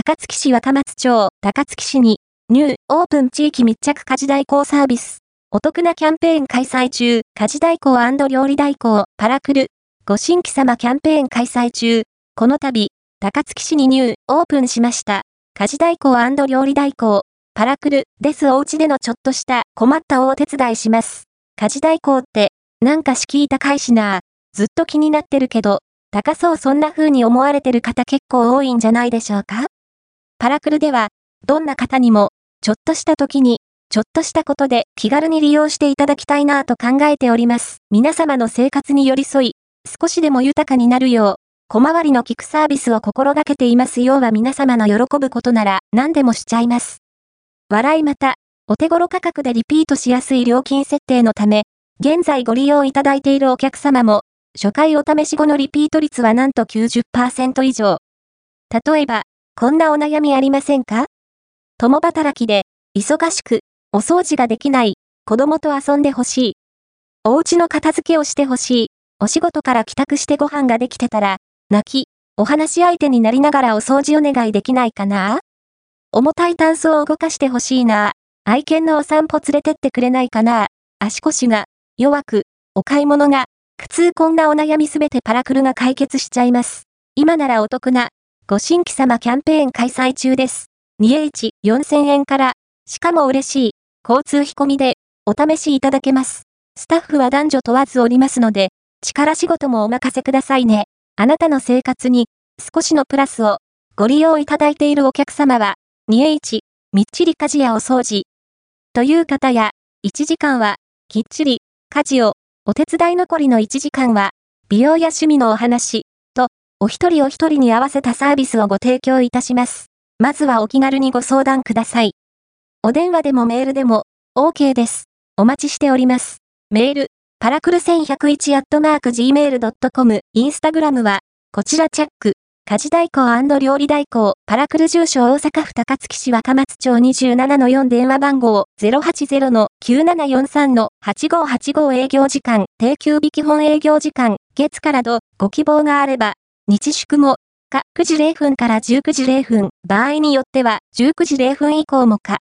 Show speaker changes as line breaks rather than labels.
高槻市若松町高槻市に、ニューオープン地域密着家事代行サービス。お得なキャンペーン開催中、家事代行&料理代行、パラクル。ご新規様キャンペーン開催中。この度、高槻市にニューオープンしました。家事代行&料理代行、パラクルです。お家でのちょっとした困ったをお手伝いします。家事代行って、なんか敷居高いしな。ずっと気になってるけど、高そうそんな風に思われてる方結構多いんじゃないでしょうか？パラクルでは、どんな方にも、ちょっとした時に、ちょっとしたことで気軽に利用していただきたいなぁと考えております。皆様の生活に寄り添い、少しでも豊かになるよう、小回りの利くサービスを心がけていますようは皆様の喜ぶことなら何でもしちゃいます。笑いまた、お手頃価格でリピートしやすい料金設定のため、現在ご利用いただいているお客様も、初回お試し後のリピート率はなんと 90% 以上。例えば、こんなお悩みありませんか？共働きで、忙しく、お掃除ができない、子供と遊んでほしい。お家の片付けをしてほしい。お仕事から帰宅してご飯ができてたら、泣き、お話し相手になりながらお掃除お願いできないかな？重たいタンスを動かしてほしいな。愛犬のお散歩連れてってくれないかな？足腰が弱く、お買い物が苦痛。こんなお悩みすべてパラクルが解決しちゃいます。今ならお得なご新規様キャンペーン開催中です。2H4000 円から、しかも嬉しい交通費込みでお試しいただけます。スタッフは男女問わずおりますので、力仕事もお任せくださいね。あなたの生活に少しのプラスをご利用いただいているお客様は 2H みっちり家事やお掃除という方や1時間はきっちり家事をお手伝い残りの1時間は美容や趣味のお話とお一人お一人に合わせたサービスをご提供いたします。まずはお気軽にご相談ください。お電話でもメールでも OK です。お待ちしております。メール、パラクル1101@gmail.com、インスタグラムは、こちらチェック。家事代行&料理代行、パラクル住所大阪府高槻市若松町 27-4 電話番号 080-9743-8585 営業時間、定休日基本営業時間、月から土、ご希望があれば、日祝も、9時0分から19時0分、場合によっては19時0分以降も